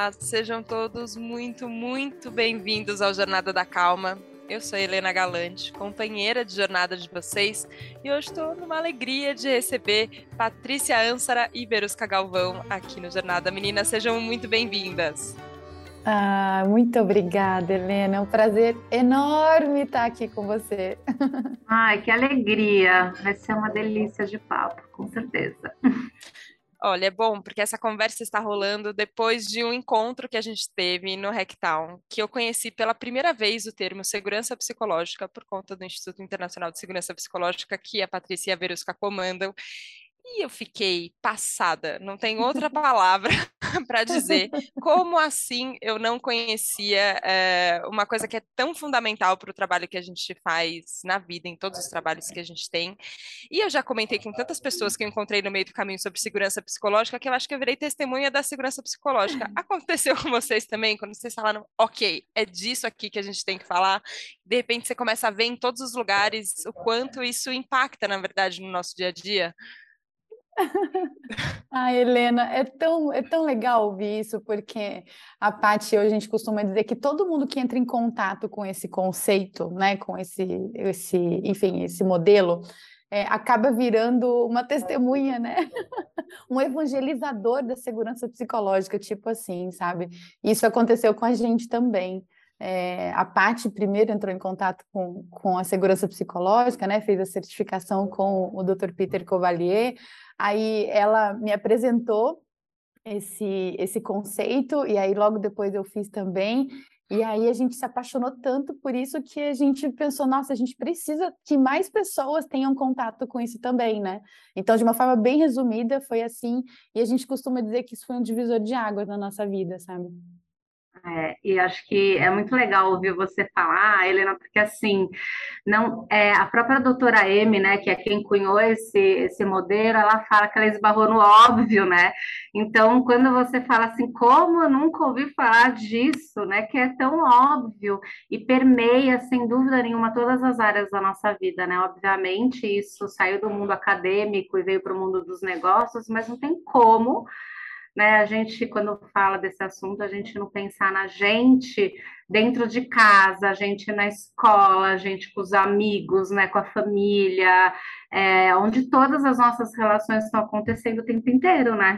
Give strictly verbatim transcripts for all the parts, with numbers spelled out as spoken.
Olá, sejam todos muito, muito bem-vindos ao Jornada da Calma. Eu sou Helena Galante, companheira de jornada de vocês, e hoje estou numa alegria de receber Patrícia Ansara e Verusca Galvão aqui no Jornada. Meninas, sejam muito bem-vindas. Ah, muito obrigada, Helena. É um prazer enorme estar aqui com você. Ai, que alegria! Vai ser uma delícia de papo, com certeza. Olha, é bom, porque essa conversa está rolando depois de um encontro que a gente teve no Hacktown, que eu conheci pela primeira vez o termo segurança psicológica por conta do Instituto Internacional de Segurança Psicológica, que a Patrícia e a Verusca comandam. E eu fiquei passada, não tem outra palavra para dizer. Como assim eu não conhecia é, uma coisa que é tão fundamental para o trabalho que a gente faz na vida, em todos os trabalhos que a gente tem? E eu já comentei com tantas pessoas que eu encontrei no meio do caminho sobre segurança psicológica que eu acho que eu virei testemunha da segurança psicológica. Aconteceu com vocês também, quando vocês falaram, ok, é disso aqui que a gente tem que falar? De repente você começa a ver em todos os lugares o quanto isso impacta, na verdade, no nosso dia a dia. Ah, Helena, é tão, é tão legal ouvir isso, porque a Paty, hoje a gente costuma dizer que todo mundo que entra em contato com esse conceito, né, com esse, esse, enfim, esse modelo, é, acaba virando uma testemunha, né? Um evangelizador da segurança psicológica, tipo assim, sabe? Isso aconteceu com a gente também. É, a Paty primeiro entrou em contato com, com a segurança psicológica, né? Fez a certificação com o doutor Peter Covalier. Aí ela me apresentou esse, esse conceito, e aí logo depois eu fiz também. E aí a gente se apaixonou tanto por isso que a gente pensou, nossa, a gente precisa que mais pessoas tenham contato com isso também, né? Então, de uma forma bem resumida, foi assim, e a gente costuma dizer que isso foi um divisor de águas na nossa vida, sabe? É, e acho que é muito legal ouvir você falar, Helena, porque assim, não, é, a própria doutora Amy, né, que é quem cunhou esse, esse modelo, ela fala que ela esbarrou no óbvio, né? Então, quando você fala assim, como eu nunca ouvi falar disso, né, que é tão óbvio e permeia, sem dúvida nenhuma, todas as áreas da nossa vida, né? Obviamente, isso saiu do mundo acadêmico e veio para o mundo dos negócios, mas não tem como, né? A gente, quando fala desse assunto, a gente não pensar na gente dentro de casa, a gente na escola, a gente com os amigos, né, com a família, é, onde todas as nossas relações estão acontecendo o tempo inteiro, né?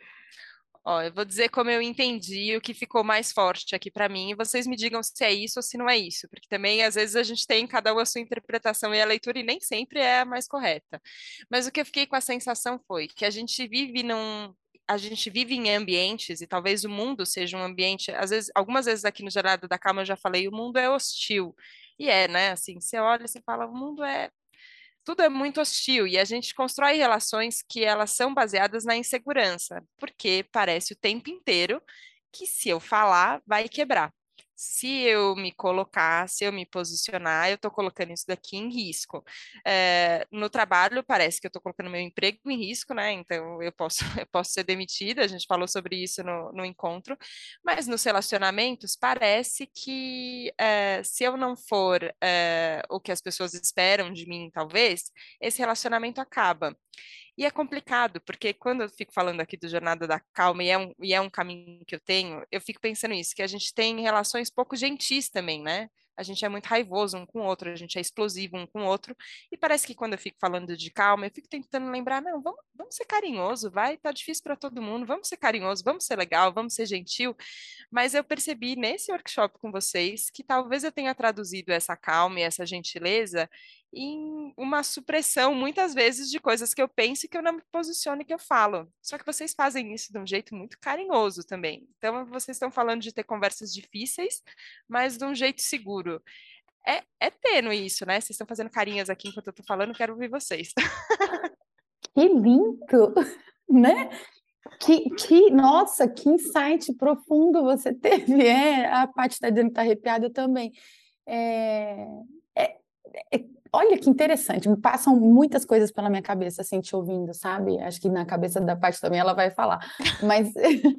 Ó, eu vou dizer como eu entendi o que ficou mais forte aqui para mim, e vocês me digam se é isso ou se não é isso, porque também às vezes a gente tem cada um a sua interpretação e a leitura e nem sempre é a mais correta. Mas o que eu fiquei com a sensação foi que a gente vive num a gente vive em ambientes, e talvez o mundo seja um ambiente, às vezes, algumas vezes aqui no Jornada da Calma eu já falei, o mundo é hostil. E é, né? Assim, você olha e você fala, o mundo é tudo é muito hostil e a gente constrói relações que elas são baseadas na insegurança, porque parece o tempo inteiro que se eu falar, vai quebrar. Se eu me colocar, se eu me posicionar, eu estou colocando isso daqui em risco. É, no trabalho, parece que eu estou colocando meu emprego em risco, né? Então, eu posso, eu posso ser demitida, a gente falou sobre isso no, no encontro, mas nos relacionamentos, parece que é, se eu não for é, o que as pessoas esperam de mim, talvez, esse relacionamento acaba. E é complicado, porque quando eu fico falando aqui do Jornada da Calma, e é um, e é um caminho que eu tenho, eu fico pensando isso, que a gente tem relações pouco gentis também, né? A gente é muito raivoso um com o outro, a gente é explosivo um com o outro, e parece que quando eu fico falando de calma, eu fico tentando lembrar, não, vamos, vamos ser carinhoso, vai, tá difícil para todo mundo, vamos ser carinhoso, vamos ser legal, vamos ser gentil, mas eu percebi nesse workshop com vocês que talvez eu tenha traduzido essa calma e essa gentileza em uma supressão, muitas vezes, de coisas que eu penso e que eu não me posiciono e que eu falo. Só que vocês fazem isso de um jeito muito carinhoso também. Então, vocês estão falando de ter conversas difíceis, mas de um jeito seguro. É, é tênue isso, né? Vocês estão fazendo carinhas aqui enquanto eu tô falando, quero ouvir vocês. Que lindo, né? Que, que, nossa, que insight profundo você teve. É, a Paty está dizendo que está arrepiada, eu também. É, é, é, olha que interessante, me passam muitas coisas pela minha cabeça, assim, te ouvindo, sabe? Acho que na cabeça da Paty também ela vai falar. Mas,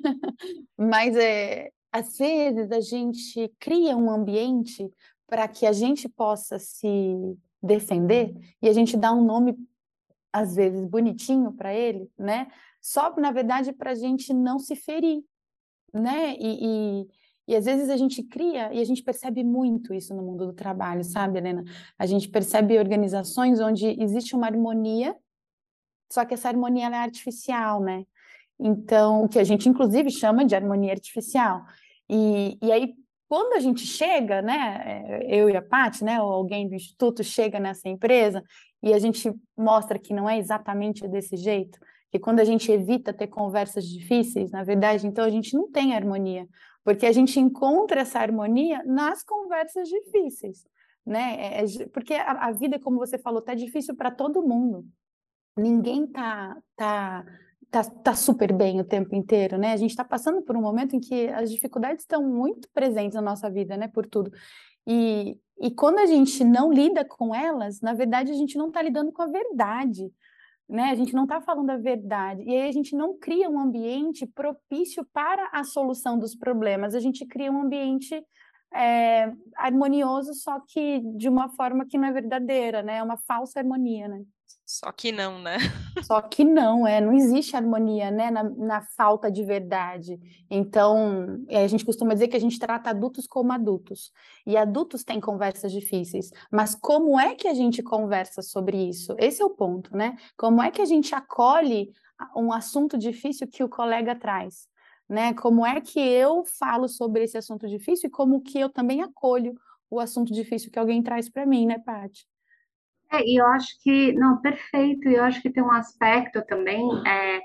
mas é, às vezes a gente cria um ambiente para que a gente possa se defender e a gente dá um nome, às vezes, bonitinho para ele, né? Só, na verdade, para a gente não se ferir. né? E, e, e às vezes a gente cria, e a gente percebe muito isso no mundo do trabalho, sabe, Helena? A gente percebe organizações onde existe uma harmonia, só que essa harmonia ela é artificial, né? Então, o que a gente inclusive chama de harmonia artificial. E, e aí, quando a gente chega, né, eu e a Paty, né, ou alguém do Instituto chega nessa empresa e a gente mostra que não é exatamente desse jeito, que quando a gente evita ter conversas difíceis, na verdade, então a gente não tem harmonia, porque a gente encontra essa harmonia nas conversas difíceis, né? É, é, porque a, a vida, como você falou, tá difícil para todo mundo. Ninguém tá, tá, tá, tá super bem o tempo inteiro, né? A gente está passando por um momento em que as dificuldades estão muito presentes na nossa vida, né? Por tudo. E, e quando a gente não lida com elas, na verdade, a gente não está lidando com a verdade, né? A gente não está falando a verdade. E aí a gente não cria um ambiente propício para a solução dos problemas. A gente cria um ambiente é, harmonioso, só que de uma forma que não é verdadeira, né? É uma falsa harmonia, né? Só que não, né? Só que não, é, não existe harmonia, né, na, na falta de verdade. Então, é, a gente costuma dizer que a gente trata adultos como adultos. E adultos têm conversas difíceis. Mas como é que a gente conversa sobre isso? Esse é o ponto, né? Como é que a gente acolhe um assunto difícil que o colega traz? Né? Como é que eu falo sobre esse assunto difícil e como que eu também acolho o assunto difícil que alguém traz para mim, né, Paty? É, e eu acho que, não, perfeito, e eu acho que tem um aspecto também é,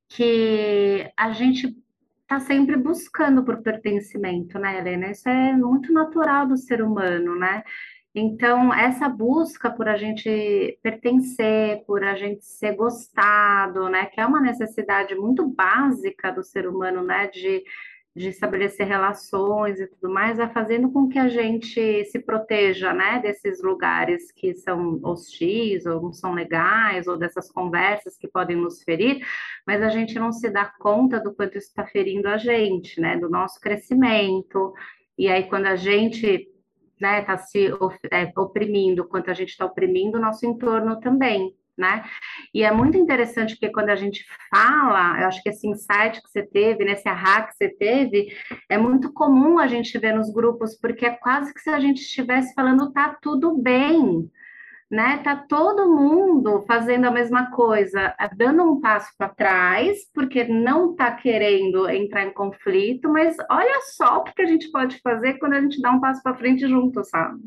que a gente está sempre buscando por pertencimento, né, Helena? Isso é muito natural do ser humano, né? Então, essa busca por a gente pertencer, por a gente ser gostado, né, que é uma necessidade muito básica do ser humano, né, de, de estabelecer relações e tudo mais, vai fazendo com que a gente se proteja, né, desses lugares que são hostis ou não são legais, ou dessas conversas que podem nos ferir, mas a gente não se dá conta do quanto isso está ferindo a gente, né, do nosso crescimento. E aí, quando a gente né, está se é, oprimindo, quanto a gente está oprimindo o nosso entorno também, né? E é muito interessante porque quando a gente fala, eu acho que esse insight que você teve, né, esse ahá que você teve, é muito comum a gente ver nos grupos, porque é quase que se a gente estivesse falando, tá tudo bem, né? Tá todo mundo fazendo a mesma coisa, dando um passo para trás, porque não está querendo entrar em conflito, mas olha só o que que a gente pode fazer quando a gente dá um passo para frente junto, sabe?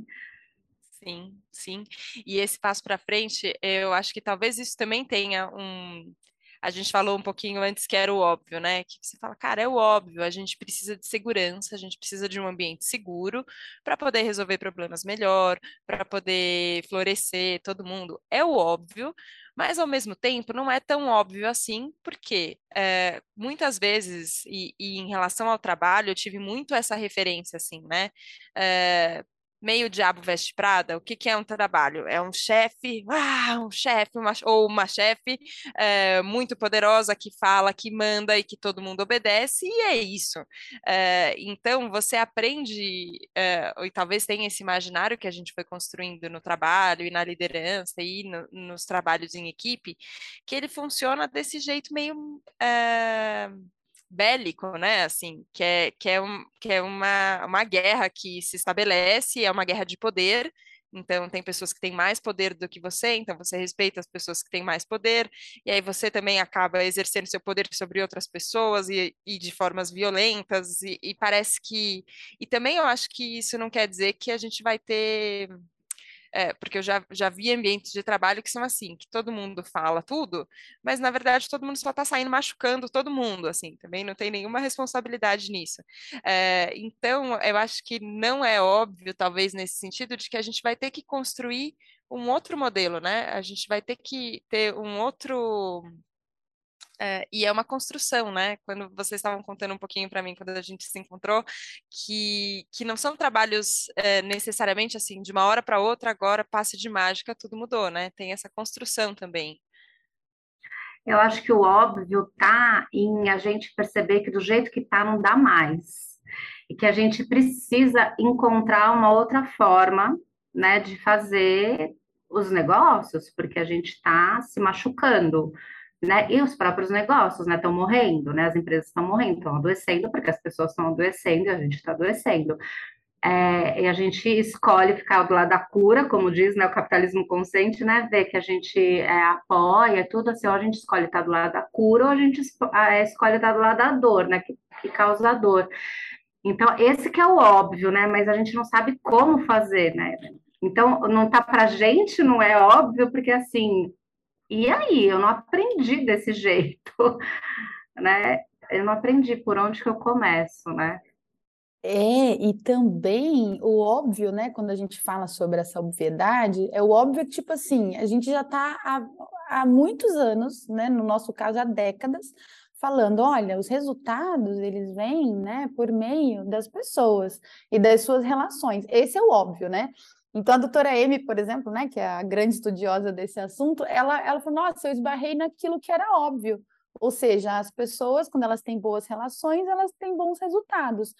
Sim, sim. E esse passo para frente, eu acho que talvez isso também tenha um. A gente falou um pouquinho antes que era o óbvio, né? Que você fala, cara, é o óbvio, a gente precisa de segurança, a gente precisa de um ambiente seguro para poder resolver problemas melhor, para poder florescer todo mundo. É o óbvio, mas ao mesmo tempo não é tão óbvio assim, porque é, muitas vezes, e, e em relação ao trabalho, eu tive muito essa referência, assim, né? É, meio diabo veste Prada, o que que é um trabalho? É um chefe, ah, um chefe, uma, ou uma chefe é, muito poderosa que fala, que manda e que todo mundo obedece, e é isso. É, então, você aprende, é, e talvez tenha esse imaginário que a gente foi construindo no trabalho e na liderança e no, nos trabalhos em equipe, que ele funciona desse jeito meio. É, bélico, né? Assim, que é, que é, um, que é uma, uma guerra que se estabelece, é uma guerra de poder. Então, tem pessoas que têm mais poder do que você, então você respeita as pessoas que têm mais poder, e aí você também acaba exercendo seu poder sobre outras pessoas e, e de formas violentas, e, e parece que. E também eu acho que isso não quer dizer que a gente vai ter é, porque eu já, já vi ambientes de trabalho que são assim, que todo mundo fala tudo, mas na verdade todo mundo só está saindo machucando todo mundo, assim, também não tem nenhuma responsabilidade nisso. É, então, eu acho que não é óbvio, talvez, nesse sentido, de que a gente vai ter que construir um outro modelo, né? A gente vai ter que ter um outro é, e é uma construção, né? Quando vocês estavam contando um pouquinho para mim, quando a gente se encontrou, que, que não são trabalhos é, necessariamente assim, de uma hora para outra, agora passe de mágica, tudo mudou, né? Tem essa construção também. Eu acho que o óbvio tá em a gente perceber que do jeito que tá não dá mais. E que a gente precisa encontrar uma outra forma, né, de fazer os negócios, porque a gente está se machucando, né? E os próprios negócios, né, estão morrendo, né? As empresas estão morrendo, estão adoecendo, porque as pessoas estão adoecendo e a gente está adoecendo. É, e a gente escolhe ficar do lado da cura, como diz, né, o capitalismo consciente, né, ver que a gente é, apoia tudo assim, ou a gente escolhe estar do lado da cura, ou a gente é, escolhe estar do lado da dor, né, que, que causa a dor. Então, esse que é o óbvio, né, mas a gente não sabe como fazer, né. Então, não tá pra gente, não é óbvio, porque assim, e aí? Eu não aprendi desse jeito, né, eu não aprendi por onde que eu começo, né. É, e também o óbvio, né, quando a gente fala sobre essa obviedade, é o óbvio que, tipo assim, a gente já está há, há muitos anos, né, no nosso caso há décadas, falando, olha, os resultados, eles vêm, né, por meio das pessoas e das suas relações. Esse é o óbvio, né? Então, a doutora Amy, por exemplo, né, que é a grande estudiosa desse assunto, ela, ela falou, nossa, eu esbarrei naquilo que era óbvio. Ou seja, as pessoas, quando elas têm boas relações, elas têm bons resultados.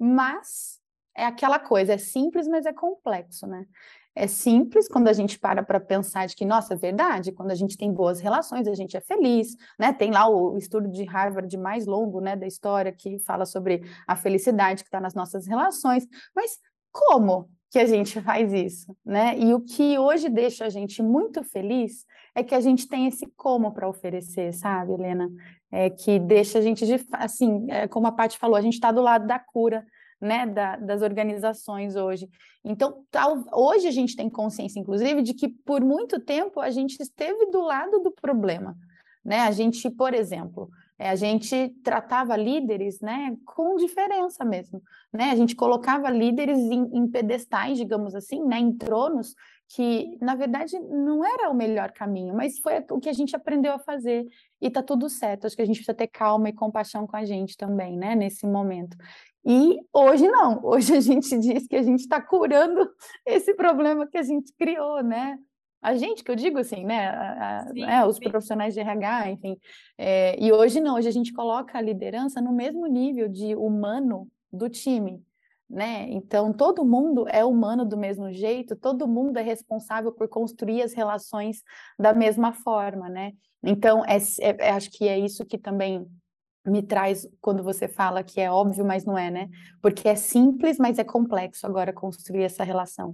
Mas é aquela coisa, é simples, mas é complexo, né? É simples quando a gente para para pensar de que, nossa, é verdade, quando a gente tem boas relações, a gente é feliz, né? Tem lá o, o estudo de Harvard mais longo, né, da história, que fala sobre a felicidade que está nas nossas relações. Mas como que a gente faz isso, né? E o que hoje deixa a gente muito feliz é que a gente tem esse como para oferecer, sabe, Helena? É, que deixa a gente, de, assim, é, como a Paty falou, a gente está do lado da cura, né, da, das organizações hoje. Então, tal, hoje a gente tem consciência, inclusive, de que por muito tempo a gente esteve do lado do problema, né? A gente, por exemplo, é, a gente tratava líderes, né, com diferença mesmo, né? A gente colocava líderes em, em pedestais, digamos assim, né, em tronos, que, na verdade, não era o melhor caminho, mas foi o que a gente aprendeu a fazer e tá tudo certo. Acho que a gente precisa ter calma e compaixão com a gente também, né, nesse momento. E hoje não, hoje a gente diz que a gente está curando esse problema que a gente criou, né? A gente, que eu digo assim, né? A, a, é, Sim, os sim. profissionais de R H, enfim. É, e hoje não, hoje a gente coloca a liderança no mesmo nível de humano do time, né? Então, todo mundo é humano do mesmo jeito, todo mundo é responsável por construir as relações da mesma forma, né? Então, é, é, acho que é isso que também me traz quando você fala que é óbvio, mas não é, né? Porque é simples, mas é complexo agora construir essa relação.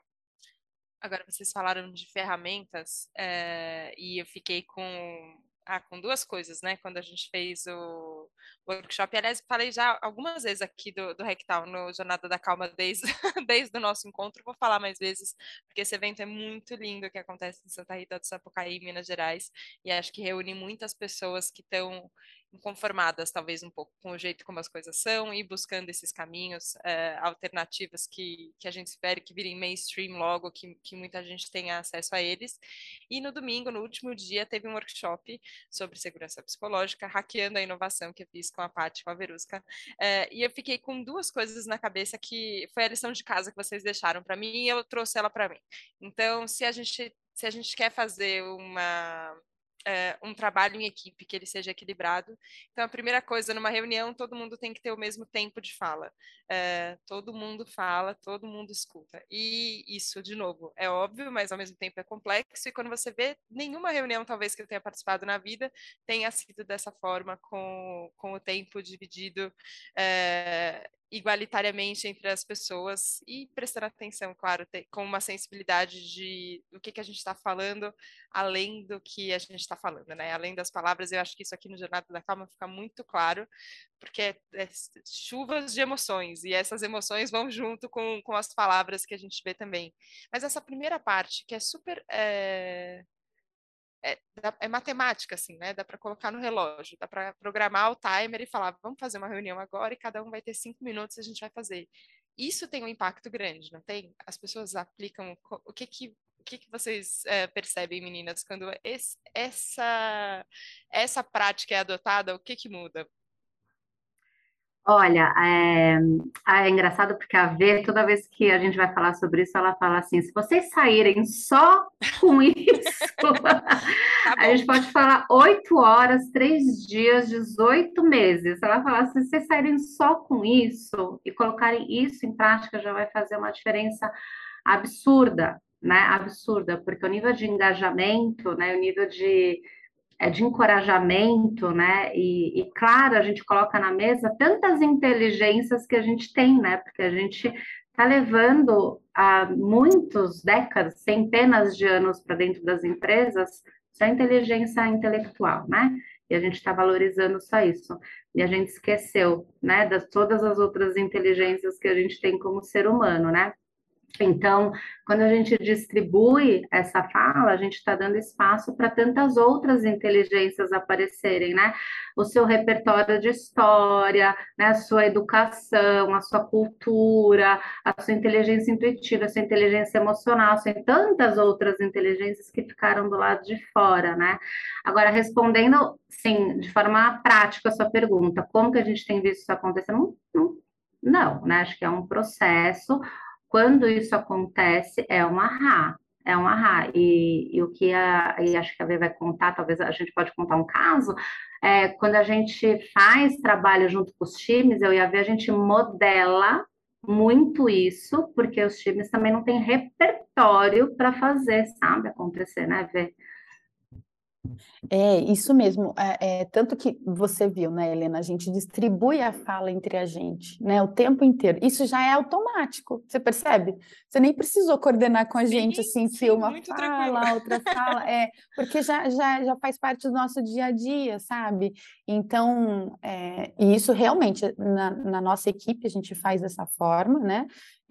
Agora, vocês falaram de ferramentas, é, e eu fiquei com, ah, com duas coisas, né? Quando a gente fez o workshop. Aliás, falei já algumas vezes aqui do, do Rectal, no Jornada da Calma, desde, desde o nosso encontro. Vou falar mais vezes, porque esse evento é muito lindo, que acontece em Santa Rita do Sapucaí, Minas Gerais, e acho que reúne muitas pessoas que estão inconformadas, talvez um pouco com o jeito como as coisas são, e buscando esses caminhos, é, alternativas que, que a gente espere que virem mainstream logo, que, que muita gente tenha acesso a eles. E no domingo, no último dia, teve um workshop sobre segurança psicológica, hackeando a inovação, que eu fiz com a Paty, com a Verusca, é, e eu fiquei com duas coisas na cabeça, que foi a lição de casa que vocês deixaram para mim, e eu trouxe ela para mim. Então, se a gente, se a gente quer fazer uma é, um trabalho em equipe, que ele seja equilibrado. Então, a primeira coisa, numa reunião, todo mundo tem que ter o mesmo tempo de fala. É, todo mundo fala, todo mundo escuta. E isso, de novo, é óbvio, mas ao mesmo tempo é complexo. E quando você vê, nenhuma reunião, talvez, que eu tenha participado na vida, tenha sido dessa forma, com, com o tempo dividido é, igualitariamente entre as pessoas e prestando atenção, claro, ter, com uma sensibilidade de o que, que a gente está falando, além do que a gente está falando, né? Além das palavras, eu acho que isso aqui no Jornada da Calma fica muito claro, porque é, é chuvas de emoções, e essas emoções vão junto com, com as palavras que a gente vê também. Mas essa primeira parte, que é super... É... É, é, matemática, assim, né? Dá para colocar no relógio, dá para programar o timer e falar, vamos fazer uma reunião agora e cada um vai ter cinco minutos e a gente vai fazer. Isso tem um impacto grande, não tem? As pessoas aplicam. O que que, o que, que vocês é, percebem, meninas, quando esse, essa, essa prática é adotada, o que que muda? Olha, é, é engraçado porque a Vê, toda vez que a gente vai falar sobre isso, ela fala assim: se vocês saírem só com isso, Tá a gente bom. pode falar oito horas, três dias, dezoito meses. Ela fala assim: se vocês saírem só com isso e colocarem isso em prática, já vai fazer uma diferença absurda, né? Absurda, porque o nível de engajamento, né? O nível de é, de encorajamento, né? E, e, claro, a gente coloca na mesa tantas inteligências que a gente tem, né? Porque a gente está levando há muitos décadas, centenas de anos para dentro das empresas, só inteligência intelectual, né? E a gente está valorizando só isso. E a gente esqueceu, né, das todas as outras inteligências que a gente tem como ser humano, né? Então, quando a gente distribui essa fala, a gente está dando espaço para tantas outras inteligências aparecerem, né? O seu repertório de história, né? A sua educação, a sua cultura, a sua inteligência intuitiva, a sua inteligência emocional, são tantas outras inteligências que ficaram do lado de fora, né? Agora, respondendo, sim, de forma prática a sua pergunta, como que a gente tem visto isso acontecer? Não, não, não, né? Acho que é um processo. Quando isso acontece, é um ahá, é um ahá. E, e o que a, e acho que a Vê vai contar, talvez a gente pode contar um caso, é quando a gente faz trabalho junto com os times, eu e a Vê, a gente modela muito isso, porque os times também não têm repertório para fazer, sabe, acontecer, né, Vê? É, isso mesmo. É, é, tanto que você viu, né, Helena? A gente distribui a fala entre a gente, né, o tempo inteiro. Isso já é automático, você percebe? Você nem precisou coordenar com a gente, Sim, assim, que sim, uma muito tranquilo. fala, outra fala, é, porque já, já, já faz parte do nosso dia a dia, sabe? Então, é, e isso realmente, na, na nossa equipe, a gente faz dessa forma, né?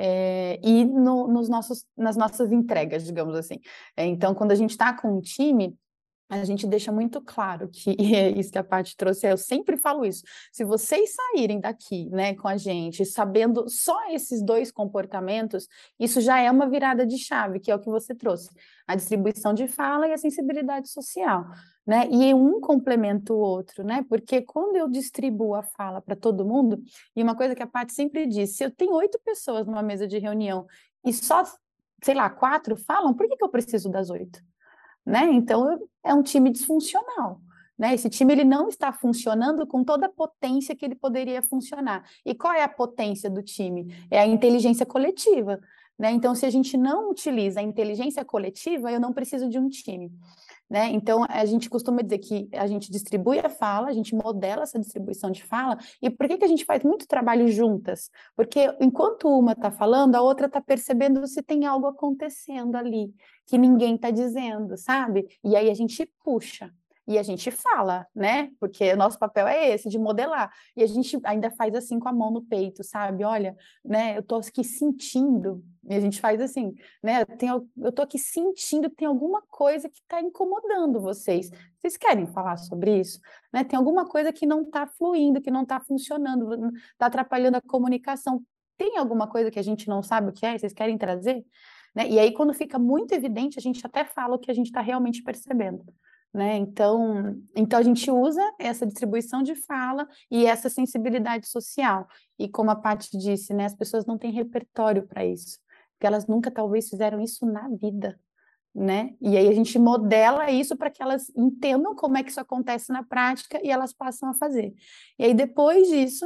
É, e no, nos nossos, nas nossas entregas, digamos assim. É, então, quando a gente está com um time, a gente deixa muito claro que, e é isso que a Paty trouxe, eu sempre falo isso, se vocês saírem daqui, né, com a gente, sabendo só esses dois comportamentos, isso já é uma virada de chave, que é o que você trouxe, a distribuição de fala e a sensibilidade social, né, e um complementa o outro, né, porque quando eu distribuo a fala para todo mundo, e uma coisa que a Paty sempre diz, se eu tenho oito pessoas numa mesa de reunião e só, sei lá, quatro falam, por que que eu preciso das oito? Né? Então, é um time disfuncional. Né? Esse time ele não está funcionando com toda a potência que ele poderia funcionar. E qual é a potência do time? É a inteligência coletiva. Né? Então, se a gente não utiliza a inteligência coletiva, eu não preciso de um time. Né? Então, a gente costuma dizer que a gente distribui a fala, a gente modela essa distribuição de fala, e por que, que a gente faz muito trabalho juntas? Porque enquanto uma está falando, a outra está percebendo se tem algo acontecendo ali, que ninguém está dizendo, sabe? E aí a gente puxa. E a gente fala, né? Porque o nosso papel é esse, de modelar. E a gente ainda faz assim com a mão no peito, sabe? Olha, né? Eu tô aqui sentindo. E a gente faz assim, né? Eu, tenho, eu tô aqui sentindo que tem alguma coisa que está incomodando vocês. Vocês querem falar sobre isso? Né? Tem alguma coisa que não está fluindo, que não está funcionando, está atrapalhando a comunicação. Tem alguma coisa que a gente não sabe o que é? Vocês querem trazer? Né? E aí, quando fica muito evidente, a gente até fala o que a gente está realmente percebendo. Né? Então, então, a gente usa essa distribuição de fala e essa sensibilidade social. E como a Paty disse, né, as pessoas não têm repertório para isso, porque elas nunca talvez fizeram isso na vida. Né? E aí a gente modela isso para que elas entendam como é que isso acontece na prática e elas passam a fazer. E aí depois disso,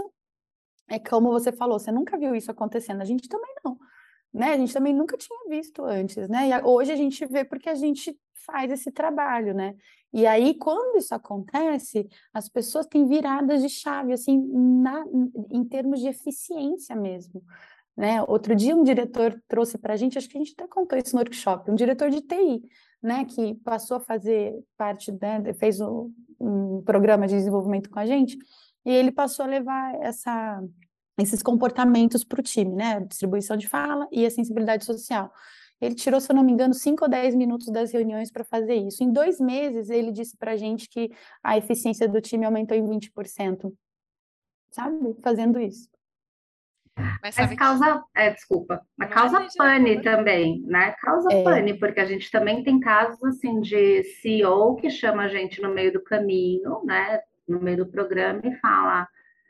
é como você falou, você nunca viu isso acontecendo, a gente também não. Né? A gente também nunca tinha visto antes, né? E hoje a gente vê porque a gente faz esse trabalho, né? E aí, quando isso acontece, as pessoas têm viradas de chave, assim, na, em termos de eficiência mesmo, né? Outro dia um diretor trouxe para a gente, acho que a gente até contou isso no workshop, um diretor de T I, né? Que passou a fazer parte, né? Fez um, um programa de desenvolvimento com a gente, e ele passou a levar essa... esses comportamentos para o time, né? A distribuição de fala e a sensibilidade social. Ele tirou, se eu não me engano, cinco ou dez minutos das reuniões para fazer isso. Em dois meses, ele disse para a gente que a eficiência do time aumentou em vinte por cento, sabe? Fazendo isso. Mas Mas sabe que... causa, é, desculpa, mas causa pane também, né? Causa É. pane, porque a gente também tem casos assim de C E O que chama a gente no meio do caminho, né? No meio do programa e fala: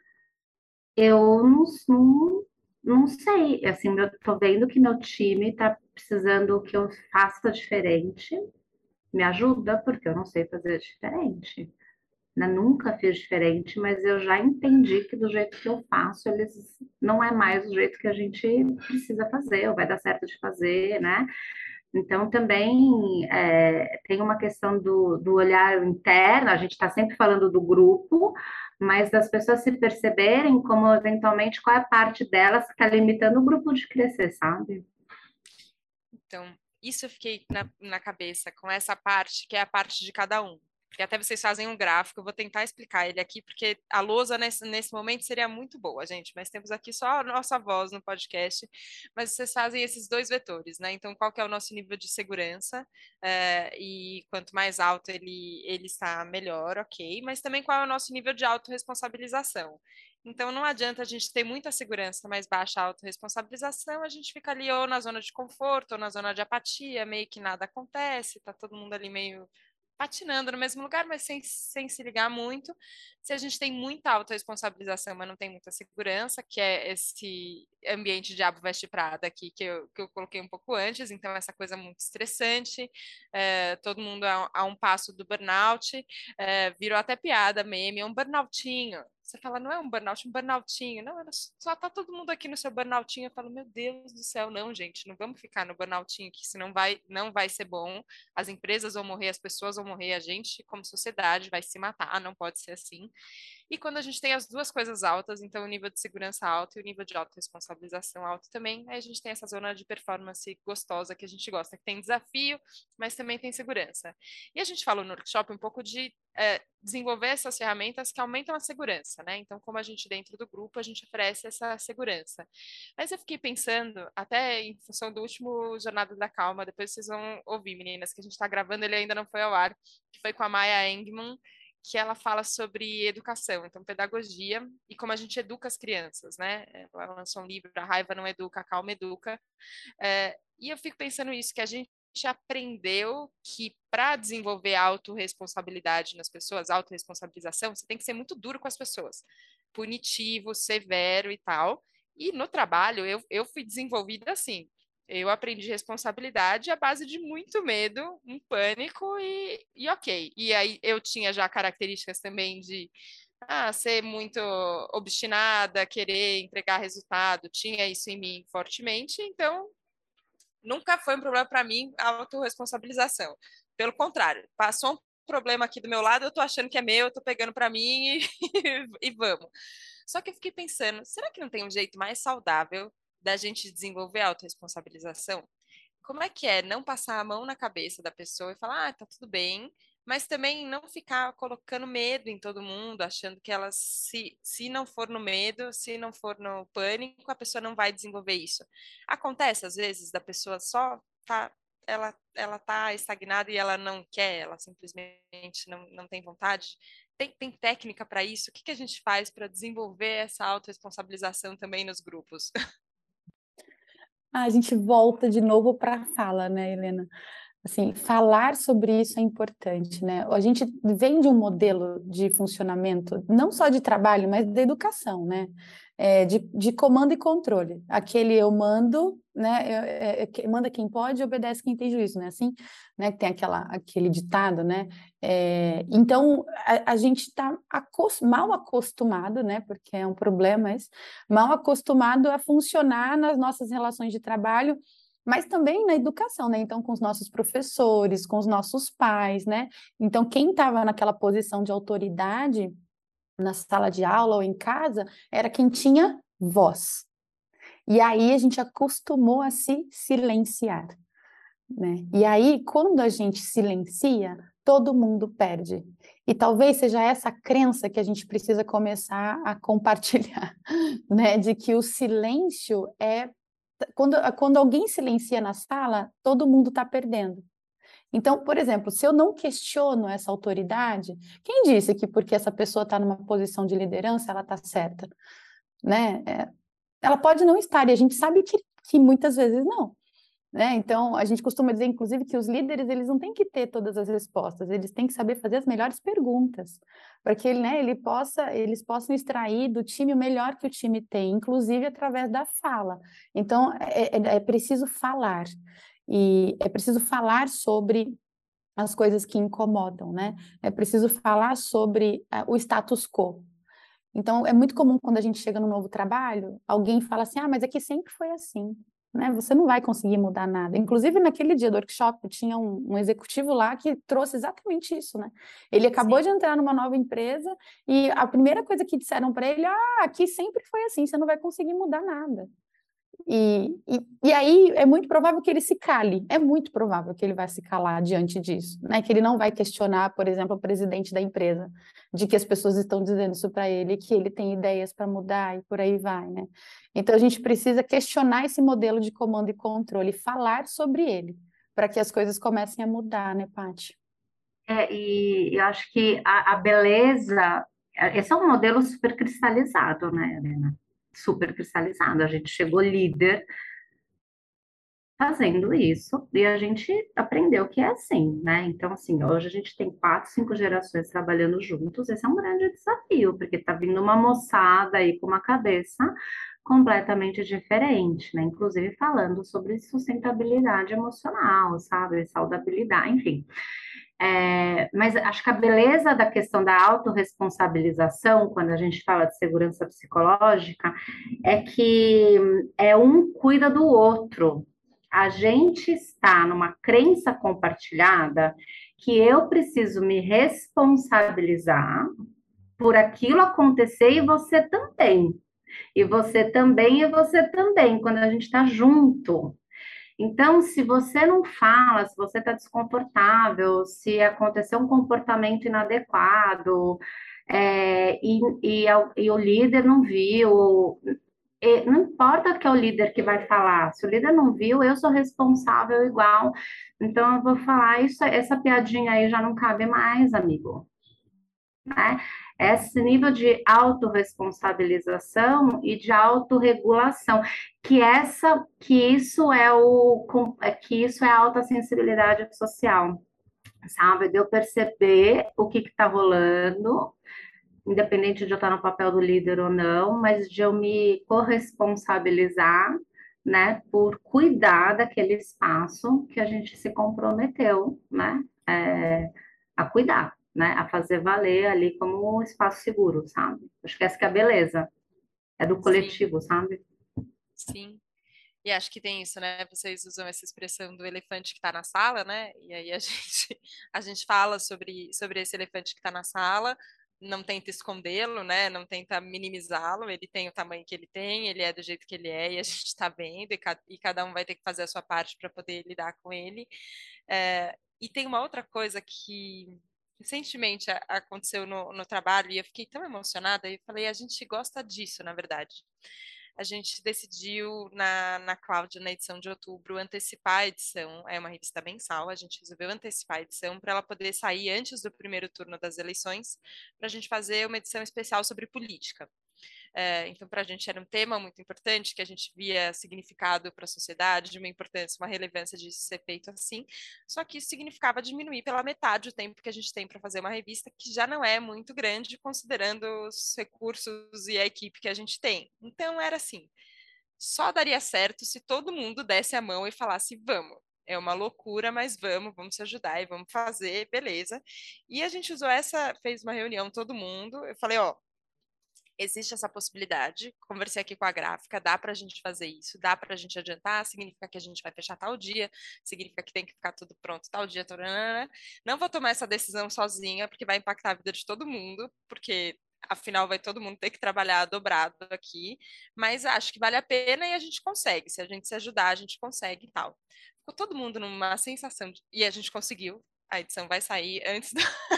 eu não, não, não sei, assim, eu tô vendo que meu time tá precisando que eu faça diferente, me ajuda, porque eu não sei fazer diferente. Né? Nunca fiz diferente, mas eu já entendi que do jeito que eu faço, eles não é mais o jeito que a gente precisa fazer, ou vai dar certo de fazer, né? Então, também é, tem uma questão do, do olhar interno, a gente está sempre falando do grupo, mas das pessoas se perceberem como, eventualmente, qual é a parte delas que está limitando o grupo de crescer, sabe? Então, isso eu fiquei na, na cabeça com essa parte, que é a parte de cada um. Porque até vocês fazem um gráfico, eu vou tentar explicar ele aqui, porque a lousa nesse, nesse momento seria muito boa, gente, mas temos aqui só a nossa voz no podcast, mas vocês fazem esses dois vetores, né? Então, qual que é o nosso nível de segurança, é, e quanto mais alto ele, ele está, melhor, ok, mas também qual é o nosso nível de autorresponsabilização. Então, não adianta a gente ter muita segurança, mas baixa autorresponsabilização, a gente fica ali ou na zona de conforto, ou na zona de apatia, meio que nada acontece, tá todo mundo ali meio patinando no mesmo lugar, mas sem, sem se ligar muito. Se a gente tem muita autorresponsabilização, mas não tem muita segurança, que é esse ambiente diabo veste prada aqui, que eu, que eu coloquei um pouco antes, então essa coisa muito estressante, é, todo mundo a, a um passo do burnout, é, virou até piada, meme, é um burnoutinho. Você fala, não é um burnout, um burnoutinho. Não, só tá todo mundo aqui no seu burnoutinho. Eu falo, meu Deus do céu, não, gente, não vamos ficar no burnoutinho, que senão vai, não vai ser bom. As empresas vão morrer, as pessoas vão morrer, a gente, como sociedade, vai se matar. Não pode ser assim. E quando a gente tem as duas coisas altas, então o nível de segurança alto e o nível de autorresponsabilização alto também, aí a gente tem essa zona de performance gostosa que a gente gosta, que tem desafio, mas também tem segurança. E a gente falou no workshop um pouco de é, desenvolver essas ferramentas que aumentam a segurança, né? Então, como a gente dentro do grupo, a gente oferece essa segurança. Mas eu fiquei pensando, até em função do último Jornada da Calma, depois vocês vão ouvir, meninas, que a gente está gravando, ele ainda não foi ao ar, que foi com a Maya Engman, que ela fala sobre educação, então pedagogia e como a gente educa as crianças, né? Ela lançou um livro, A Raiva Não Educa, a Calma Educa. É, e eu fico pensando isso, que a gente aprendeu que para desenvolver autorresponsabilidade nas pessoas, autorresponsabilização, você tem que ser muito duro com as pessoas, punitivo, severo e tal. E no trabalho eu, eu fui desenvolvida assim. Eu aprendi responsabilidade à base de muito medo, um pânico e, e ok. E aí eu tinha já características também de ah, ser muito obstinada, querer entregar resultado, tinha isso em mim fortemente, então nunca foi um problema para mim a autorresponsabilização. Pelo contrário, passou um problema aqui do meu lado, eu tô achando que é meu, eu tô pegando para mim e, e vamos. Só que eu fiquei pensando, será que não tem um jeito mais saudável da gente desenvolver a autorresponsabilização? Como é que é não passar a mão na cabeça da pessoa e falar, ah, tá tudo bem, mas também não ficar colocando medo em todo mundo, achando que ela, se, se não for no medo, se não for no pânico, a pessoa não vai desenvolver isso. Acontece, às vezes, da pessoa só tá, ela, ela tá estagnada e ela não quer, ela simplesmente não, não tem vontade. Tem, tem técnica para isso? O que, que a gente faz para desenvolver essa autorresponsabilização também nos grupos? Ah, a gente volta de novo para a fala, né, Helena? Assim, falar sobre isso é importante, né? A gente vem de um modelo de funcionamento, não só de trabalho, mas da educação, né? É, de, de comando e controle. Aquele eu mando, né? É, é, manda quem pode e obedece quem tem juízo, né? Assim, né? Tem aquela, aquele ditado, né? É, então, a, a gente está acost, mal acostumado, né? Porque é um problema, mas mal acostumado a funcionar nas nossas relações de trabalho, mas também na educação, né? Então, com os nossos professores, com os nossos pais, né? Então, quem estava naquela posição de autoridade na sala de aula ou em casa era quem tinha voz. E aí a gente acostumou a se silenciar, né? E aí, quando a gente silencia, todo mundo perde. E talvez seja essa crença que a gente precisa começar a compartilhar, né? De que o silêncio é Quando, quando alguém silencia na sala, todo mundo está perdendo. Então, por exemplo, se eu não questiono essa autoridade, quem disse que porque essa pessoa está numa posição de liderança, ela está certa? Né? É, ela pode não estar, e a gente sabe que, que muitas vezes não. Né? Então, a gente costuma dizer, inclusive, que os líderes eles não têm que ter todas as respostas, eles têm que saber fazer as melhores perguntas, para que né, ele possa, eles possam extrair do time o melhor que o time tem, inclusive através da fala. Então, é, é, é preciso falar, e é preciso falar sobre as coisas que incomodam, né? É preciso falar sobre uh, o status quo. Então, é muito comum quando a gente chega num novo trabalho, alguém fala assim, ah, mas aqui sempre foi assim. né? Você não vai conseguir mudar nada. Inclusive, naquele dia do workshop, tinha um, um executivo lá que trouxe exatamente isso, né? Ele acabou Sim. de entrar numa nova empresa e a primeira coisa que disseram para ele, ah, aqui sempre foi assim, você não vai conseguir mudar nada. E, e, e aí é muito provável que ele se cale, é muito provável que ele vai se calar diante disso, né? Que ele não vai questionar, por exemplo, o presidente da empresa, de que as pessoas estão dizendo isso para ele, que ele tem ideias para mudar e por aí vai, né? Então a gente precisa questionar esse modelo de comando e controle, falar sobre ele, para que as coisas comecem a mudar, né, Paty? É, e eu acho que a, a beleza, esse é um modelo super cristalizado, né, Helena? Super cristalizado. A gente chegou líder fazendo isso e a gente aprendeu que é assim, né? Então, assim, hoje a gente tem quatro, cinco gerações trabalhando juntos. Esse é um grande desafio, porque tá vindo uma moçada aí com uma cabeça completamente diferente, né? Inclusive falando sobre sustentabilidade emocional, sabe? Saudabilidade, enfim. É, mas acho que a beleza da questão da autorresponsabilização, quando a gente fala de segurança psicológica, é que é um cuida do outro. A gente está numa crença compartilhada que eu preciso me responsabilizar por aquilo acontecer e você também. E você também, e você também, quando a gente está junto. Então, se você não fala, se você está desconfortável, se aconteceu um comportamento inadequado, é, e, e, e o líder não viu, e não importa que é o líder que vai falar, se o líder não viu, eu sou responsável igual. Então, eu vou falar, isso, essa piadinha aí já não cabe mais, amigo, né? Esse nível de autorresponsabilização e de autorregulação, que essa, que isso é o, que isso é a alta sensibilidade social, sabe? De eu perceber o que está rolando, independente de eu estar no papel do líder ou não, mas de eu me corresponsabilizar, né, por cuidar daquele espaço que a gente se comprometeu, né, é, a cuidar, né, a fazer valer ali como um espaço seguro, sabe? Acho que essa que é a beleza, é do Sim, coletivo, sabe? sim. E acho que tem isso, né? Vocês usam essa expressão do elefante que está na sala, né? E aí a gente, a gente fala sobre, sobre esse elefante que está na sala, não tenta escondê-lo, né? Não tenta minimizá-lo, ele tem o tamanho que ele tem, ele é do jeito que ele é, e a gente está vendo, e, ca e cada um vai ter que fazer a sua parte para poder lidar com ele. É, e tem uma outra coisa que recentemente aconteceu no, no trabalho, e eu fiquei tão emocionada, e falei, a gente gosta disso, na verdade. A gente decidiu na, na Cláudia, na edição de outubro, antecipar a edição. É uma revista mensal, a gente resolveu antecipar a edição para ela poder sair antes do primeiro turno das eleições, para a gente fazer uma edição especial sobre política. É, então, para a gente era um tema muito importante, que a gente via significado para a sociedade, de uma importância, uma relevância de ser feito assim, só que isso significava diminuir pela metade o tempo que a gente tem para fazer uma revista, que já não é muito grande, considerando os recursos e a equipe que a gente tem. Então, era assim, só daria certo se todo mundo desse a mão e falasse, vamos. É uma loucura, mas vamos, vamos se ajudar e vamos fazer, beleza. E a gente usou essa, fez uma reunião, todo mundo, eu falei, ó, existe essa possibilidade, conversei aqui com a gráfica, dá para a gente fazer isso, dá para a gente adiantar, significa que a gente vai fechar tal dia, significa que tem que ficar tudo pronto tal dia, tarana. Não vou tomar essa decisão sozinha, porque vai impactar a vida de todo mundo, porque afinal vai todo mundo ter que trabalhar dobrado aqui, mas acho que vale a pena e a gente consegue, se a gente se ajudar, a gente consegue e tal. Ficou todo mundo numa sensação, de... e a gente conseguiu, a edição vai sair antes do,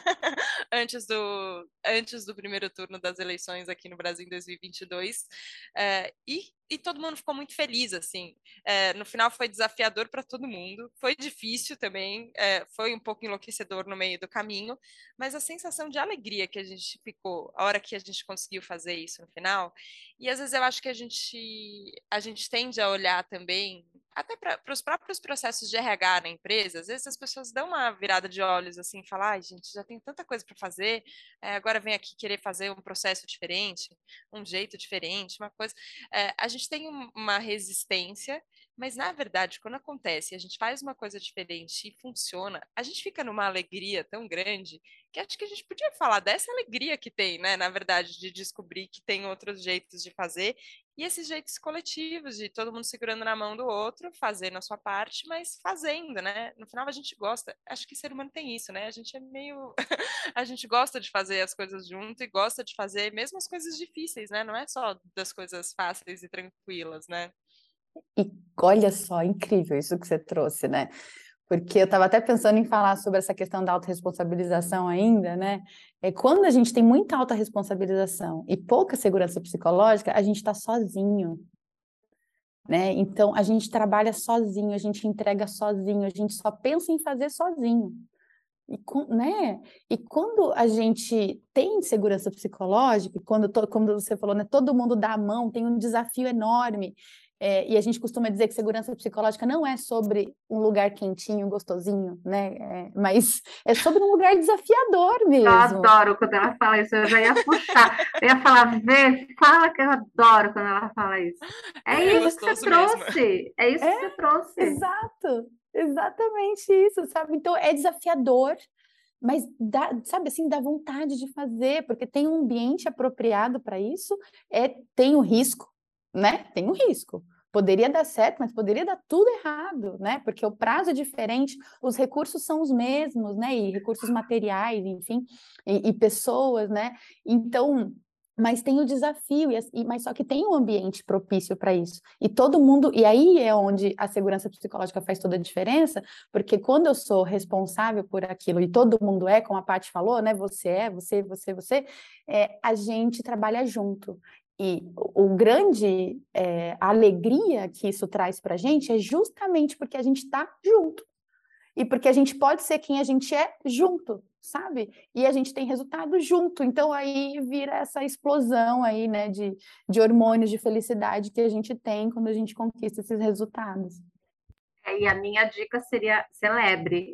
antes do, antes do primeiro turno das eleições aqui no Brasil em dois mil e vinte e dois, é, e, e todo mundo ficou muito feliz, assim, é, no final foi desafiador para todo mundo, foi difícil também, é, foi um pouco enlouquecedor no meio do caminho, mas a sensação de alegria que a gente ficou, a hora que a gente conseguiu fazer isso no final, e às vezes eu acho que a gente, a gente tende a olhar também, até para os próprios processos de R H na empresa, às vezes as pessoas dão uma virada de olhos assim, e falam, ai, gente, já tem tanta coisa para fazer, é, agora vem aqui querer fazer um processo diferente, um jeito diferente, uma coisa. É, a gente tem um, uma resistência, mas na verdade, quando acontece, a gente faz uma coisa diferente e funciona, a gente fica numa alegria tão grande que acho que a gente podia falar dessa alegria que tem, né, na verdade, de descobrir que tem outros jeitos de fazer E esses jeitos coletivos de todo mundo segurando na mão do outro, fazendo a sua parte, mas fazendo, né? No final a gente gosta, acho que ser humano tem isso, né? A gente é meio... a gente gosta de fazer as coisas junto e gosta de fazer mesmo as coisas difíceis, né? Não é só das coisas fáceis e tranquilas, né? E olha só, incrível isso que você trouxe, né? Porque eu estava até pensando em falar sobre essa questão da autorresponsabilização ainda, né? É quando a gente tem muita autorresponsabilização e pouca segurança psicológica, a gente está sozinho, né? Então, a gente trabalha sozinho, a gente entrega sozinho, a gente só pensa em fazer sozinho. E, né? E quando a gente tem segurança psicológica, quando, to, como você falou, né, todo mundo dá a mão, tem um desafio enorme, é, e a gente costuma dizer que segurança psicológica não é sobre um lugar quentinho, gostosinho, né? É, mas é sobre um lugar desafiador Eu mesmo. adoro quando ela fala isso, eu já ia puxar, eu ia falar, Vê, fala que eu adoro quando ela fala isso. É É isso que você gostoso mesmo. trouxe, é isso que você trouxe. Exato, exatamente isso, sabe? Então é desafiador, mas dá, sabe assim, dá vontade de fazer, porque tem um ambiente apropriado para isso, é, tem o risco, né? Tem o risco. Poderia dar certo, mas poderia dar tudo errado, né? Porque o prazo é diferente, os recursos são os mesmos, né? E recursos materiais, enfim, e, e pessoas, né? Então, mas tem o desafio, e, mas só que tem um ambiente propício para isso. E todo mundo, e aí é onde a segurança psicológica faz toda a diferença, porque quando eu sou responsável por aquilo, e todo mundo é, como a Paty falou, né? Você é, você, você, você, é, a gente trabalha junto. E o, o grande é, a alegria que isso traz para a gente é justamente porque a gente está junto. E porque a gente pode ser quem a gente é junto, sabe? E a gente tem resultado junto. Então aí vira essa explosão aí, né, de, de hormônios de felicidade que a gente tem quando a gente conquista esses resultados. É, e a minha dica seria celebre,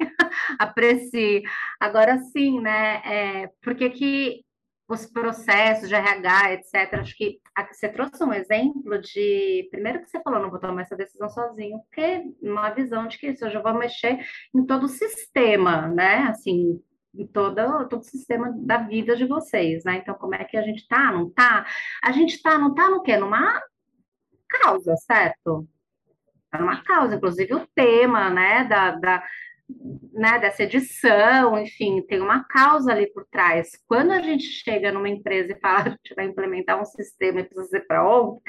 aprecie. Agora sim, né? É, porque que os processos de R H, etcétera. Acho que você trouxe um exemplo de, primeiro que você falou, não vou tomar essa decisão sozinho, porque uma visão de que isso, eu já vou mexer em todo o sistema, né? Assim, em todo, todo o sistema da vida de vocês, né? Então, como é que a gente tá, não tá? A gente tá, não tá no quê? Numa causa, certo? Tá numa causa, inclusive o tema, né, da, da né, dessa edição, enfim, tem uma causa ali por trás. Quando a gente chega numa empresa e fala que a gente vai implementar um sistema e precisa ser para ontem,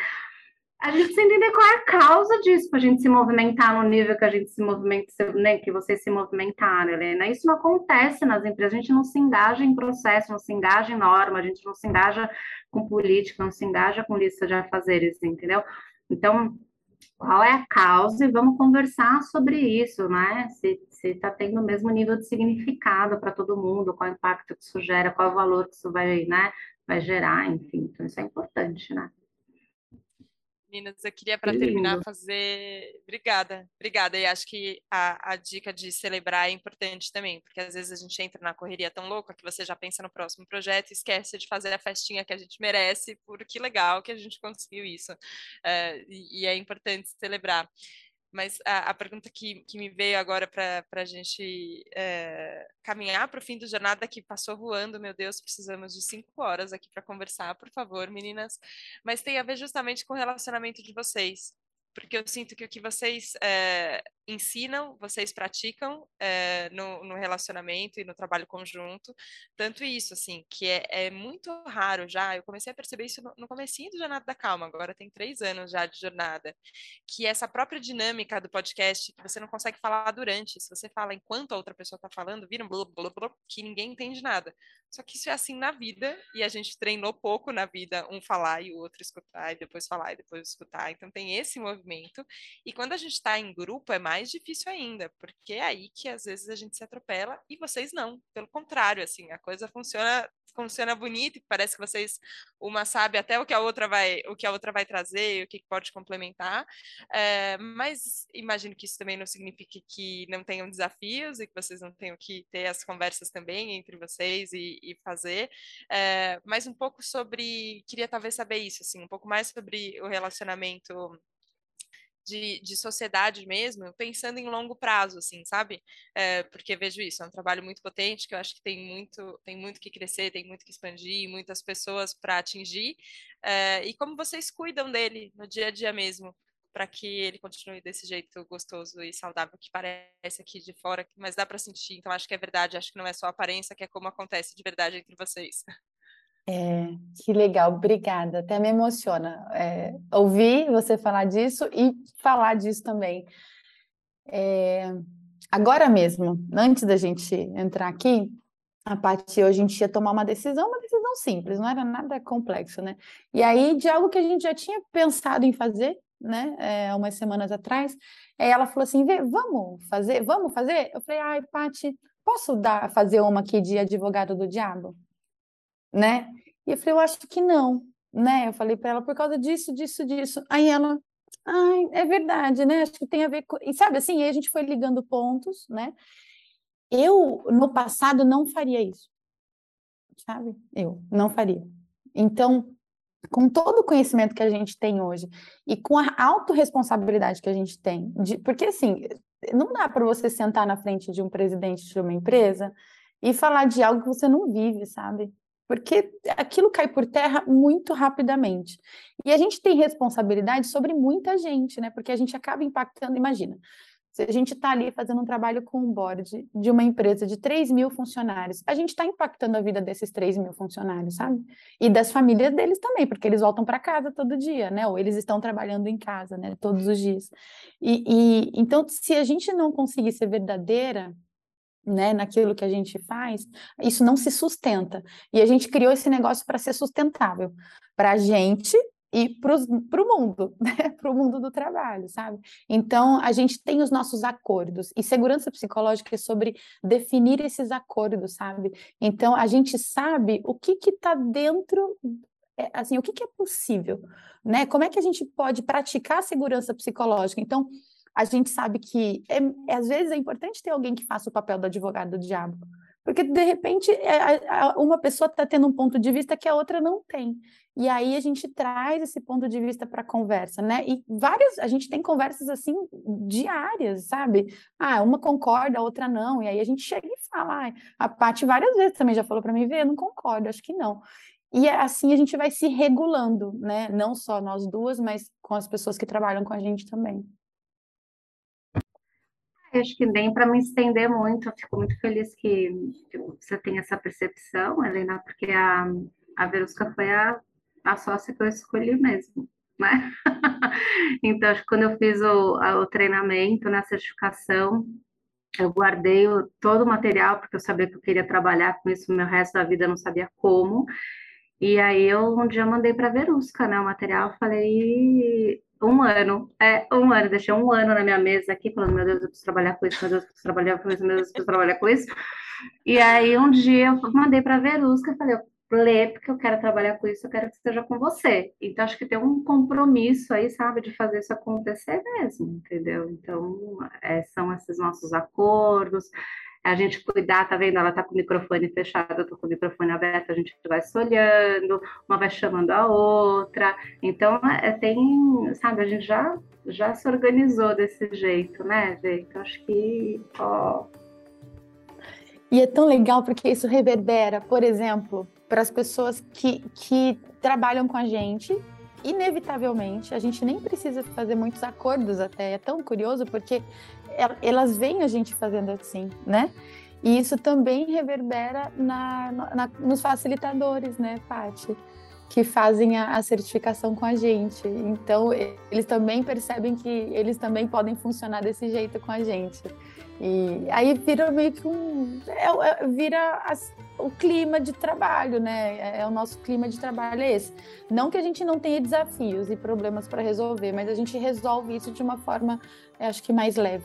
a gente precisa entender qual é a causa disso, para a gente se movimentar no nível que a gente se movimenta, né, que vocês se movimentaram, Helena. Isso não acontece nas empresas, a gente não se engaja em processo, não se engaja em norma, a gente não se engaja com política, não se engaja com lista de afazeres, entendeu? Então, qual é a causa e vamos conversar sobre isso, né? Se está tendo o mesmo nível de significado para todo mundo, qual é o impacto que isso gera, qual é o valor que isso vai, né, vai gerar, enfim. Então, isso é importante, né? Meninas, eu queria, Que para terminar, lindo. fazer. Obrigada, obrigada. E acho que a, a dica de celebrar é importante também, porque às vezes a gente entra na correria tão louca que você já pensa no próximo projeto e esquece de fazer a festinha que a gente merece, por que legal que a gente conseguiu isso. É, e, e é importante celebrar. Mas a, a pergunta que, que me veio agora para a gente é, caminhar para o fim do jornada, que passou voando, meu Deus, precisamos de cinco horas aqui para conversar, por favor, meninas. Mas tem a ver justamente com o relacionamento de vocês. Porque eu sinto que o que vocês é, ensinam, vocês praticam é, no, no relacionamento e no trabalho conjunto, tanto isso, assim, que é, é muito raro já, eu comecei a perceber isso no, no comecinho do Jornada da Calma, agora tem três anos já de jornada, que essa própria dinâmica do podcast, que você não consegue falar durante, se você fala enquanto a outra pessoa está falando, vira um blá, blá, blá, que ninguém entende nada. Só que isso é assim na vida, e a gente treinou pouco na vida, um falar e o outro escutar, e depois falar e depois escutar, então tem esse movimento, e quando a gente está em grupo é mais difícil ainda, porque é aí que às vezes a gente se atropela, e vocês não, pelo contrário, assim, a coisa funciona funciona bonito, e parece que vocês, uma sabe até o que a outra vai, o que a outra vai trazer, o que pode complementar, é, mas imagino que isso também não signifique que não tenham desafios e que vocês não tenham que ter as conversas também entre vocês e, e fazer, é, mas um pouco sobre, queria talvez saber isso, assim, um pouco mais sobre o relacionamento de, de sociedade mesmo, pensando em longo prazo, assim, sabe? É, porque vejo isso, é um trabalho muito potente, que eu acho que tem muito, tem muito que crescer, tem muito que expandir, muitas pessoas para atingir, é, e como vocês cuidam dele no dia a dia mesmo, para que ele continue desse jeito gostoso e saudável que parece aqui de fora, mas dá para sentir, então acho que é verdade, acho que não é só aparência, que é como acontece de verdade entre vocês. É, que legal, obrigada. Até me emociona é, ouvir você falar disso e falar disso também. É, agora mesmo, antes da gente entrar aqui, a Paty, a gente ia tomar uma decisão, uma decisão simples, não era nada complexo, né? E aí, de algo que a gente já tinha pensado em fazer, né, é, umas semanas atrás, aí ela falou assim, Vê, vamos fazer, vamos fazer? Eu falei, ai, Paty, posso dar, fazer uma aqui de advogado do diabo? Né? E eu falei, eu acho que não, né? Eu falei para ela, por causa disso, disso, disso. Aí ela, ai, é verdade, né? Acho que tem a ver com... E sabe, assim, aí a gente foi ligando pontos, né? Eu, no passado, não faria isso, sabe? Eu não faria. Então, com todo o conhecimento que a gente tem hoje e com a autorresponsabilidade que a gente tem, de... porque, assim, não dá para você sentar na frente de um presidente de uma empresa e falar de algo que você não vive, sabe? Porque aquilo cai por terra muito rapidamente. E a gente tem responsabilidade sobre muita gente, né? Porque a gente acaba impactando, imagina, se a gente está ali fazendo um trabalho com um board de uma empresa de três mil funcionários, a gente está impactando a vida desses três mil funcionários, sabe? E das famílias deles também, porque eles voltam para casa todo dia, né? Ou eles estão trabalhando em casa, né? Todos os dias. E, e então, se a gente não conseguir ser verdadeira, né, naquilo que a gente faz, isso não se sustenta. E a gente criou esse negócio para ser sustentável, para a gente e para o mundo, né, para o mundo do trabalho, sabe? Então, a gente tem os nossos acordos, e segurança psicológica é sobre definir esses acordos, sabe? Então, a gente sabe o que que está dentro, é, assim, o que que é possível, né? Como é que a gente pode praticar a segurança psicológica? Então, a gente sabe que, é, é, às vezes, é importante ter alguém que faça o papel do advogado do diabo, porque, de repente, é, a, uma pessoa está tendo um ponto de vista que a outra não tem, e aí a gente traz esse ponto de vista para a conversa, né? E várias, a gente tem conversas, assim, diárias, sabe? Ah, uma concorda, a outra não, e aí a gente chega e fala, ah, a Paty várias vezes também já falou para mim, Vê, eu não concordo, acho que não. E assim a gente vai se regulando, né? Não só nós duas, mas com as pessoas que trabalham com a gente também. Acho que nem para me estender muito, eu fico muito feliz que, que você tem essa percepção, Helena, porque a, a Verusca foi a, a sócia que eu escolhi mesmo, né? Então, acho que quando eu fiz o, a, o treinamento, na certificação, eu guardei o, todo o material, porque eu sabia que eu queria trabalhar com isso no meu resto da vida, eu não sabia como. E aí eu um dia mandei para a Verusca, né, o material, falei um ano, é, um ano, deixei um ano na minha mesa aqui, falando, meu Deus, eu preciso trabalhar com isso, meu Deus, eu preciso trabalhar com isso, meu Deus, eu preciso trabalhar com isso. E aí um dia eu mandei para a Verusca, falei, eu lê, porque eu quero trabalhar com isso, eu quero que esteja com você. Então, acho que tem um compromisso aí, sabe, de fazer isso acontecer mesmo, entendeu? Então, é, são esses nossos acordos, a gente cuidar, tá vendo? Ela tá com o microfone fechado, eu tô com o microfone aberto, a gente vai se olhando, uma vai chamando a outra. Então, é, tem, sabe, a gente já, já se organizou desse jeito, né, Vê? Então, acho que, ó... E é tão legal porque isso reverbera, por exemplo, para as pessoas que, que trabalham com a gente, inevitavelmente, a gente nem precisa fazer muitos acordos até, é tão curioso porque elas veem a gente fazendo assim, né? E isso também reverbera na, na, nos facilitadores, né, Paty? Que fazem a, a certificação com a gente. Então, eles também percebem que eles também podem funcionar desse jeito com a gente. E aí vira meio que um... É, é, vira as, o clima de trabalho, né? É, é o nosso clima de trabalho é esse. Não que a gente não tenha desafios e problemas para resolver, mas a gente resolve isso de uma forma, eu acho que mais leve.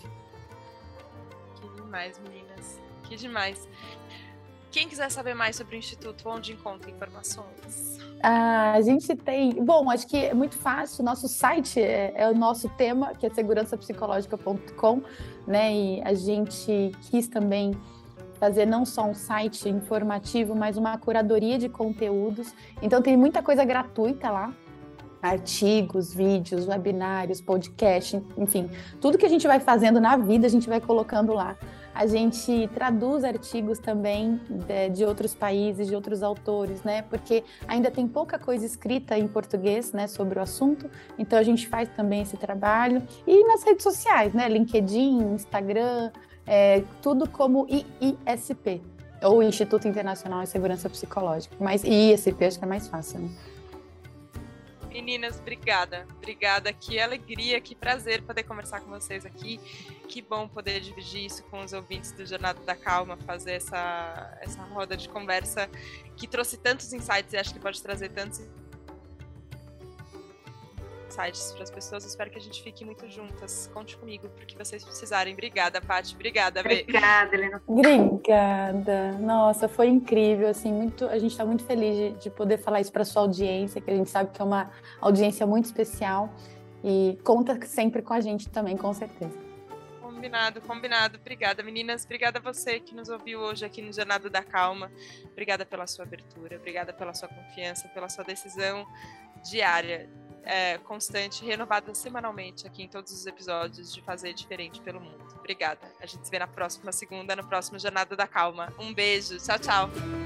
Que demais, meninas. Que demais. Quem quiser saber mais sobre o Instituto, onde encontra informações? Ah, a gente tem... Bom, acho que é muito fácil. Nosso site é, é o nosso tema, que é segurança psicológica ponto com, né? E a gente quis também fazer não só um site informativo, mas uma curadoria de conteúdos. Então, tem muita coisa gratuita lá. artigos, vídeos, webinários, podcast, enfim, tudo que a gente vai fazendo na vida, a gente vai colocando lá. A gente traduz artigos também de, de outros países, de outros autores, né? Porque ainda tem pouca coisa escrita em português, né, sobre o assunto, então a gente faz também esse trabalho. E nas redes sociais, né? LinkedIn, Instagram, é, tudo como I I S P, ou Instituto Internacional de Segurança Psicológica. Mas I I S P acho que é mais fácil, né? Meninas, obrigada. Obrigada, que alegria, que prazer poder conversar com vocês aqui. Que bom poder dividir isso com os ouvintes do Jornada da Calma, fazer essa, essa roda de conversa que trouxe tantos insights e acho que pode trazer tantos insights para as pessoas. Eu espero que a gente fique muito juntas. Conte comigo porque vocês precisarem. Obrigada, Paty. Obrigada, Bê. Obrigada, Helena. Obrigada. Nossa, foi incrível, assim, muito, a gente está muito feliz de, de poder falar isso para sua audiência, que a gente sabe que é uma audiência muito especial e conta sempre com a gente também, com certeza. Combinado, combinado. Obrigada, meninas. Obrigada a você que nos ouviu hoje aqui no Jornada da Calma. Obrigada pela sua abertura, obrigada pela sua confiança, pela sua decisão diária, É, constante, renovada semanalmente aqui em todos os episódios de fazer diferente pelo mundo. Obrigada. A gente se vê na próxima segunda, no próximo Jornada da Calma. Um beijo. Tchau, tchau.